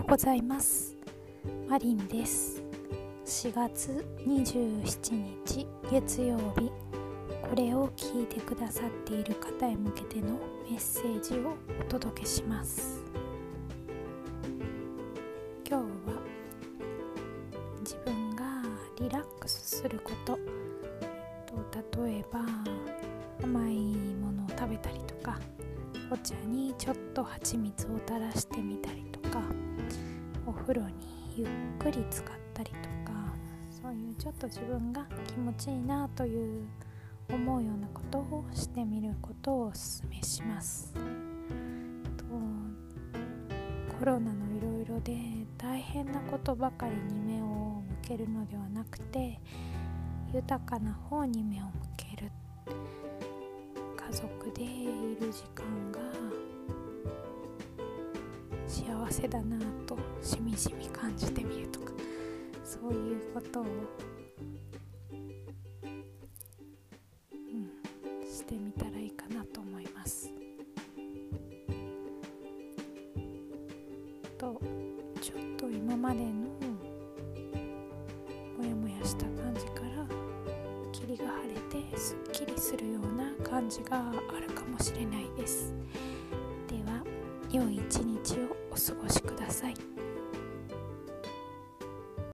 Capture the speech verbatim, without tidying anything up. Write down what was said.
うございます。マリンです。しがつにじゅうしちにち月曜日、これを聞いてくださっている方へ向けてのメッセージをお届けします。今日は自分がリラックスすることと、例えば甘いものを食べたりとか、お茶にちょっと蜂蜜を垂らしてみたりとか、お風呂にゆっくり浸かったりとか、そういうちょっと自分が気持ちいいなという思うようなことをしてみることをお勧めします。とコロナのいろいろで大変なことばかりに目を向けるのではなくて、豊かな方に目を向ける、家族でいる時間が幸せだなとしみじみ感じてみるとか、そういうことを、うん、してみたらいいかなと思います。とちょっと今までのもやもやした感じから霧が晴れてすっきりするような感じがあるかもしれないです。では、良い一日をお過ごしください。